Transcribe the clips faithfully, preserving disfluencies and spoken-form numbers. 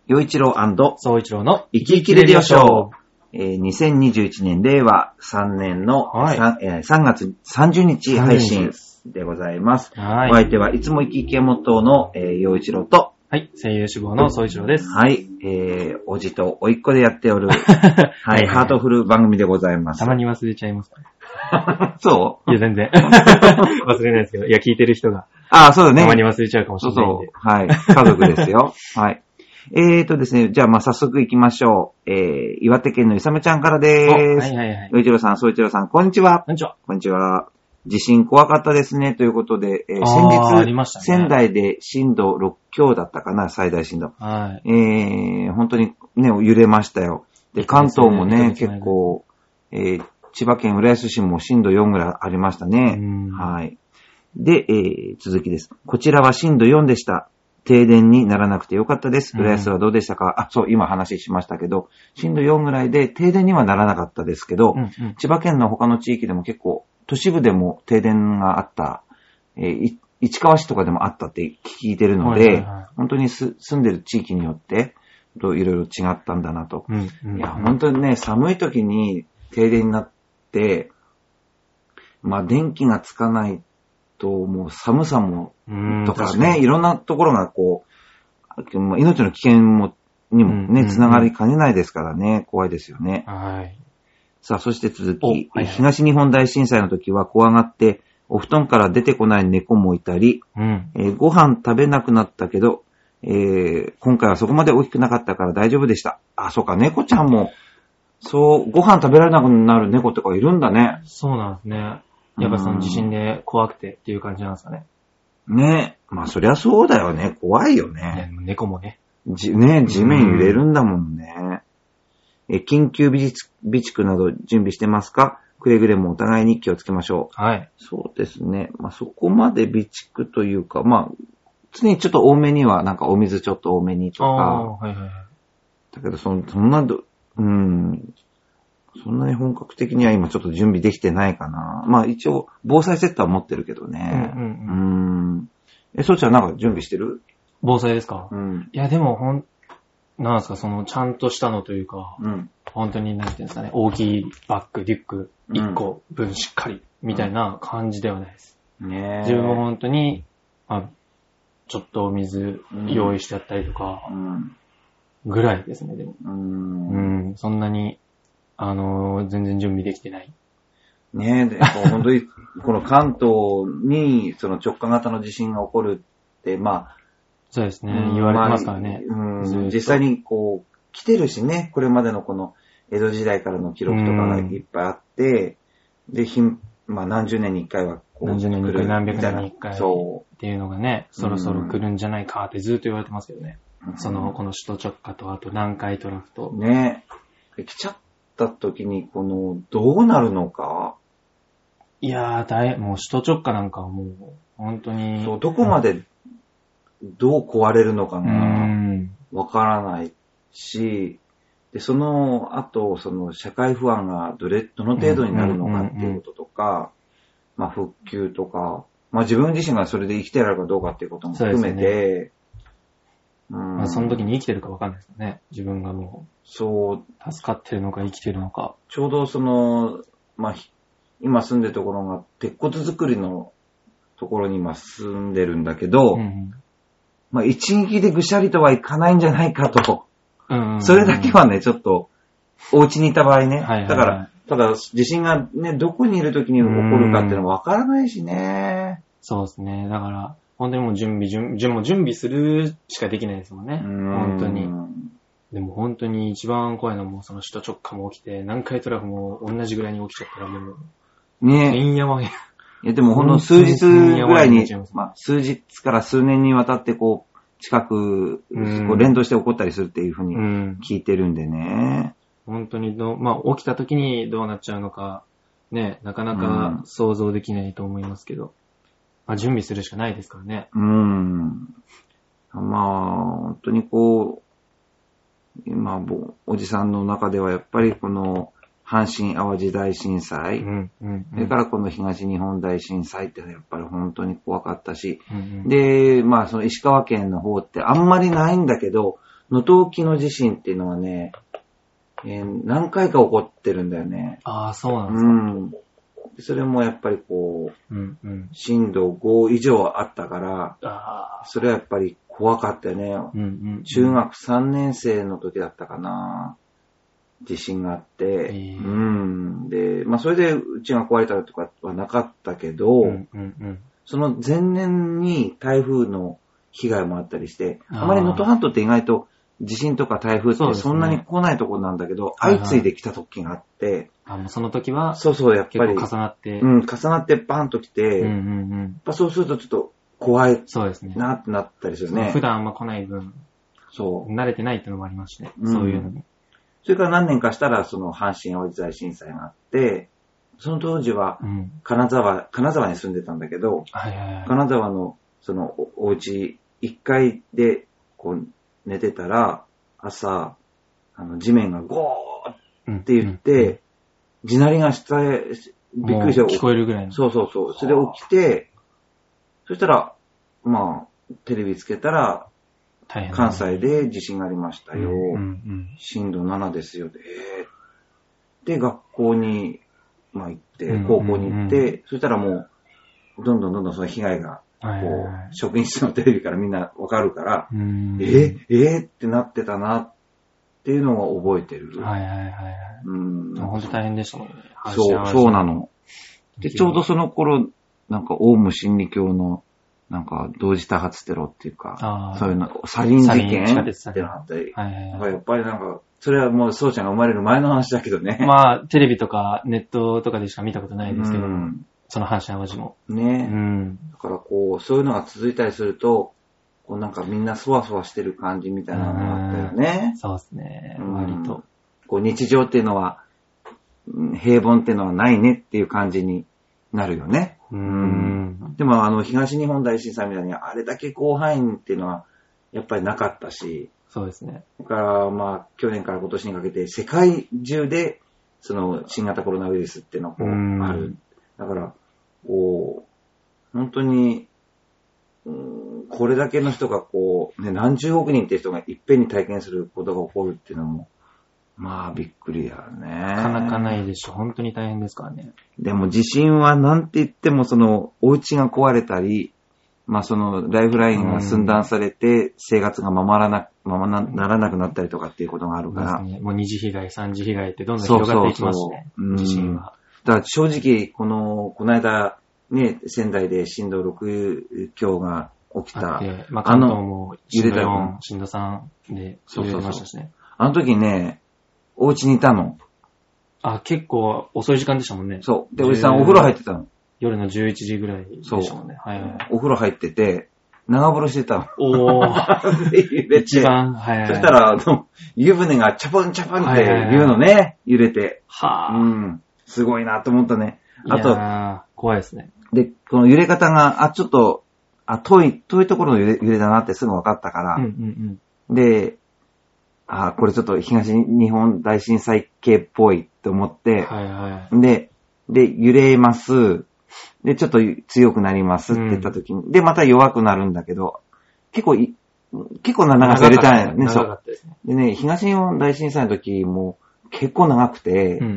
陽一郎& 総一郎の生き生きレディオショー。えー、にせんにじゅういちねん令和さんねんの 3,、はいえー、さんがつさんじゅうにち配信でございます。はい、お相手はいつも生き生きがモットーの、えー、陽一郎と、 はい、声優志望の総一郎です。 はい、えー、おじとおいっ子でやっておる、はい、ハートフル番組でございます。 たまに忘れちゃいますかね。そういや、全然。忘れないですけど、いや、聞いてる人が。 ああ、そうだね。 たまに忘れちゃうかもしれないんで。 そうそう。はい。家族ですよ。はい。えーとですね、じゃあまあ早速行きましょう。えー、岩手県のいさむちゃんからでーす。はいはいはい。よいちろうさん、そういちろうさん、こんにちは。 こんにちは。 こんにちは。地震怖かったですね、ということで、えー、先日、ね、仙台で震度ろっきょうだったかな、最大震度。はい。えー、本当にね、揺れましたよ。で、関東もね、結構、えー、千葉県浦安市も震度よんぐらいありましたね。はい。で、えー、続きです。こちらは震度よんでした。停電にならなくてよかったです。浦安はどうでしたか、うん、あ、そう、今話しましたけど、震度よんぐらいで停電にはならなかったですけど、うんうん、千葉県の他の地域でも結構、都市部でも停電があった、えー、市川市とかでもあったって聞いてるので、はいはいはい、本当にす住んでる地域によって、いろいろ違ったんだなと、うんうんうん。いや、本当にね、寒い時に停電になって、まあ、電気がつかないと、もう寒さも、とかね、いろんなところがこう、命の危険も、にもね、つながりかねないですからね、怖いですよね。はい。さあ、そして続き、はいはい、東日本大震災の時は怖がって、お布団から出てこない猫もいたり、うんえー、ご飯食べなくなったけど、えー、今回はそこまで大きくなかったから大丈夫でした。あ、そうか、猫ちゃんも、そう、ご飯食べられなくなる猫とかいるんだね。 そうなんですね。やっぱその地震で怖くてっていう感じなんですかね。 ねえ。まあそりゃそうだよね。怖いよね。 いや猫もね。 じ、ね地面揺れるんだもんね。え、緊急備蓄など準備してますか？くれぐれもお互いに気をつけましょう。はい。そうですね。まあそこまで備蓄というか、まあ、常にちょっと多めには、なんかお水ちょっと多めにとか。あはいはいはい。だけどそ、そんなど、うん。そんなに本格的には今ちょっと準備できてないかな。まあ一応、防災セットは持ってるけどね。うんうんうん。うーんえ、そうちゃんなんか準備してる？ 防災ですか？うん。いやでもほん、なんですか、その、ちゃんとしたのというか、うん。本当になんていうんですかね、大きいバッグ、リュック、いっこ分しっかり、みたいな感じではないです。うん、ね自分も本当に、あ、ちょっとお水用意してあったりとか、うん。ぐらいですね、でも。うん。うん、そんなに、あのー、全然準備できてない。 ねえ、で本当に、この関東に、その直下型の地震が起こるって、まあ、 そうですね、うん、言われてますからね。 まあ、うん、実際にこう、来てるしね、これまでのこの、江戸時代からの記録とかがいっぱいあって、うん、で、ひん、まあ何十年に一回はこう、 何十年に一回、何百年に一回。そう。っていうのがね、そろそろ来るんじゃないかってずっと言われてますけどね。うん、その、この首都直下と、あと南海トラフと。 ねえ。来ちゃった時に、この、どうなるのか。 いやー、大もう首都直下なんかはもう、本当に。 そう、どこまで、どう壊れるのかが、わからないし、で、その後、その、社会不安がどれ、どの程度になるのかっていうこととか、まあ、復旧とか、まあ、自分自身がそれで生きてられるかどうかっていうことも含めて、 うん、まあ、その時に生きてるかわかんないですよね。自分がもう。そう。助かってるのか生きてるのか。 ちょうどその、まあ、今住んでるところが鉄骨造りのところに今住んでるんだけど、うんうん、まあ、一撃でぐしゃりとはいかないんじゃないかと。うんうんうん、それだけはね、ちょっと、お家にいた場合ね。はいはいはい、だから、ただ、地震がね、どこにいる時に起こるかっていうのもわからないしね。 そうですね。だから、本当にもう準備、準備、もう準備するしかできないですもんね。本当に。でも本当に一番怖いのはもうその首都直下も起きて、南海トラフも同じぐらいに起きちゃったらもう、ねえ。てんやわんや。 いやでもほんの数日ぐらいに、まあ、数日から数年にわたってこう、近く、こう連動して起こったりするっていうふうに聞いてるんでね。 うん、本当にどう、まあ起きた時にどうなっちゃうのか、ね、なかなか想像できないと思いますけど。まあ、準備するしかないですからね。 うん。まあ、本当にこう、今、おじさんの中ではやっぱりこの、阪神淡路大震災、うんうんうん、それからこの東日本大震災ってやっぱり本当に怖かったし、うんうん、で、まあその石川県の方ってあんまりないんだけど、 能登沖の地震っていうのはね、えー、何回か起こってるんだよね。 ああ、そうなんですか。うん。 それもやっぱりこう、うんうん、震度ご以上あったから、あそれはやっぱり怖かったよね、うんうんうん。中学さんねん生の時だったかな。地震があって、うん。で、まあそれでうちが壊れたとかはなかったけど、うんうんうん、その前年に台風の被害もあったりして、あまり能登半島って意外と地震とか台風ってそんなに来ないところなんだけど、ね、相次いで来た時があって、 あもうその時は、 そうそう、やっぱり、 重なって、 うん、重なってバーンと来て、うんうんうん、やっぱそうするとちょっと怖いなってなったりするね。 普段あんま来ない分、そう。慣れてないっていうのもありますしね、うん、そういうのに。 それから何年かしたら、その阪神淡路大震災があって、その当時は、金沢、うん、金沢に住んでたんだけど、はいはいはい、金沢の、そのお、お家、いっかいで、こう、寝てたら、朝、あの、地面がゴーって言って、うんうんうん、地鳴りが下へ、びっくりした。 聞こえるぐらいの。 そうそうそう。それで起きて、そしたら、まあ、テレビつけたら、関西で地震がありましたよ。うんうんうん、震度ななですよ。で、学校に、まあ行って、高校に行って、うんうんうん、そしたらもう、どんどんどんどんその被害が、こう、はいはいはい、職員室のテレビからみんなわかるから、うんえー、えー、ってなってたなっていうのを覚えてる。はいはいはい。 うん、本当大変でしたもんね。 そう、そうなの。で、ちょうどその頃、なんか、オウム真理教の、なんか、同時多発テロっていうか、そういうの、サリン事件ってのあったり、はいはいはい、やっぱりなんか、それはもう、そうちゃんが生まれる前の話だけどね。 まあ、テレビとかネットとかでしか見たことないですけど、うん、その阪神淡路も。 ね、うん。だからこう、そういうのが続いたりすると、こうなんかみんなそわそわしてる感じみたいなのがあったよね。 そうですね、うん、割と。 こう日常っていうのは、平凡っていうのはないねっていう感じになるよね。うん、でもあの東日本大震災みたいにあれだけ広範囲っていうのはやっぱりなかったし。 そうですね。 だからまあ去年から今年にかけて世界中でその新型コロナウイルスっていうのがこうある。だからこう本当に、うん、これだけの人がこう、ね、何十億人っていう人がいっぺんに体験することが起こるっていうのもまあびっくりだよね。 なかなかないでしょ。本当に大変ですからね。 でも地震はなんて言ってもそのお家が壊れたり、まあそのライフラインが寸断されて生活が守らな、ままな、ならなくなったりとかっていうことがあるから。 ね、もう二次被害、三次被害ってどんどん広がっていきますね。そうそうそう、地震は。 だから正直この、この間ね、仙台で震度ろく強が起きた。 あまあ関東も震度よん、震度さんで揺れてましたしね。そうそうそう、 あの時ね、お家にいたの。 あ、結構遅い時間でしたもんね。 そう。で、おじさんお風呂入ってたの。 夜のじゅういちじぐらいでしたもんね。はいはい。 お風呂入ってて、長風呂してたの。 おー。一番、はいはい。 そしたら、あの、湯船がチャポンチャポンって言うのね、揺れて。 はぁ。 うん。すごいなと思ったね。あと、 怖いですね。 で、この揺れ方が、あ、ちょっと、あ、遠い、遠いところの揺れ、揺れだなってすぐ分かったから。うんうんうん。で、あ、これちょっと東日本大震災系っぽいと思って、はいはい、で、で、揺れます。で、ちょっと強くなりますって言った時に、うん、で、また弱くなるんだけど、結構い、結構な長さ入れたんやね。そう。でね、東日本大震災の時も結構長くて、うんうんうん、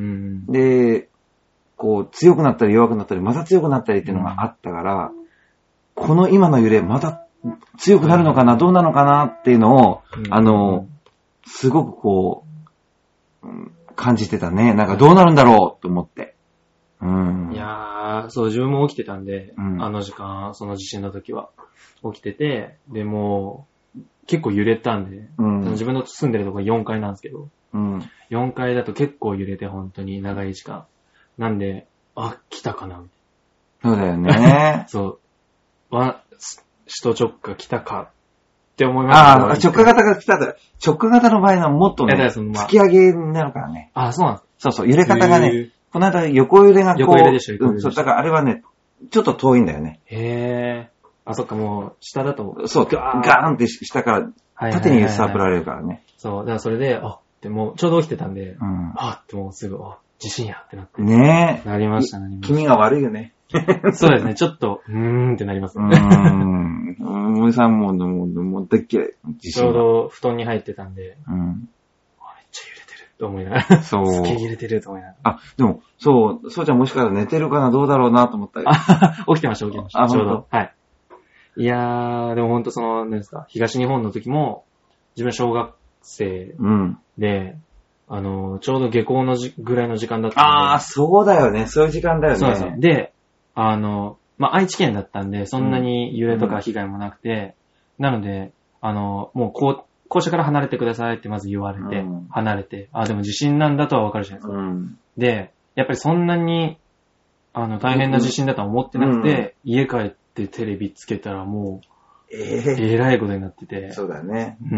で、こう強くなったり弱くなったり、また強くなったりっていうのがあったから、うん、この今の揺れまた強くなるのかな、どうなのかなっていうのを、うん、あの、すごくこう、うん、感じてたね。なんかどうなるんだろうと思って。うん、 いやー、そう、自分も起きてたんで、うん、あの時間、その地震の時は起きてて、でも結構揺れたんで、うん、自分の住んでるところよんかいなんですけど、うん、よんかいだと結構揺れて本当に長い時間。なんで、あ、来たかなみたいな。そうだよね。 そう。わ、首都直下来たかって思いました。 ああ、直下型が来たと。直下型の場合はもっとね、突き上げになるからね。 ああ、そうなんですか。 そうそう、揺れ方がね、この間横揺れがこう。 横揺れでしょ、横揺れでしょ。 うん、そう、だからあれはね、ちょっと遠いんだよね。 へー。あ、そっか、もう、下だと。 そう、ガーンって下から縦に揺さぶられるからね。 そう、だからそれで、あ、でも、ちょうど起きてたんで、うん、あってもうすぐ、あ、 地震やってなって。 ねえ。なりましたね。 君が悪いよね。 そうですね。ちょっと、うーんってなりますね。 うーん。森さんも、もう、もう、だっけ、 ちょうど布団に入ってたんで、うん。めっちゃ揺れてると思いながら。そう。すげえ揺れてると思いながら。 あ、でも、そう、そうちゃんもしかしたら寝てるかな、どうだろうなと思ったり。 あ、起きてました、起きてました。ちょうど。はい。いやー、でもほんとその、何ですか、東日本の時も、自分小学生で、うん、あの、ちょうど下校のじぐらいの時間だったんで。 あー、そうだよね。そういう時間だよね。 そうですよ。で、あの、まあ、愛知県だったんで、そんなに揺れとか被害もなくて、うん、なので、あの、もうこう、校舎から離れてくださいってまず言われて、うん、離れて、あ、でも地震なんだとはわかるじゃないですか。うん、で、やっぱりそんなに、あの、大変な地震だとは思ってなくて、うん、家帰ってテレビつけたらもう、えー、えらいことになってて。 そうだよね。 うん。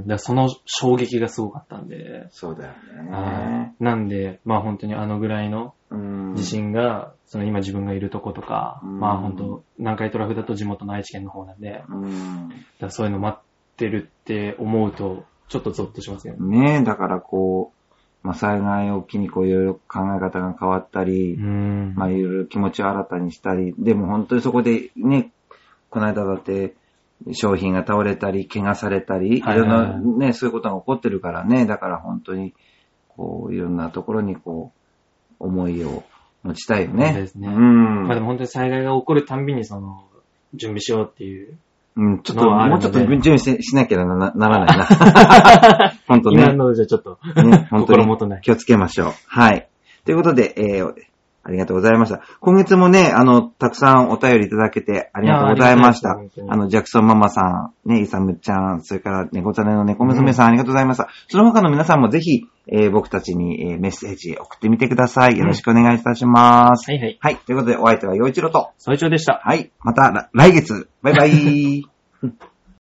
だその衝撃がすごかったんで。 そうだよね。 なんで、まあ本当にあのぐらいの地震が、その今自分がいるとことか、まあ本当、南海トラフだと地元の愛知県の方なんで、うんだそういうの待ってるって思うと、ちょっとゾッとしますよね。 ねえ、だからこう、まあ災害を機にこういろいろ考え方が変わったり、うんまあいろいろ気持ちを新たにしたり、でも本当にそこでね、この間だって、商品が倒れたり、怪我されたり、はいはいはい、いろんなね、そういうことが起こってるからね、だから本当に、こう、いろんなところにこう、思いを持ちたいよね。 そうですね。うん。まあでも本当に災害が起こるたんびにその、準備しようっていう。 うん、ちょっと、もうちょっと準備し、しなきゃな、ならないな。本当ね。 今のじゃちょっと、ね、本当に気をつけましょう。はい。ということで、えー、ありがとうございました。今月もね、あの、たくさんお便りいただけてありがとうございました。あ, あの、ジャクソンママさん、ね、イサムちゃん、それから猫種の猫娘さん、うん、ありがとうございました。その他の皆さんもぜひ、えー、僕たちに、えー、メッセージ送ってみてください。よろしくお願いいたします。 うん、はいはい。 はい。ということで、お相手は陽一郎と、 総一郎でした。 はい。また来月。バイバイ。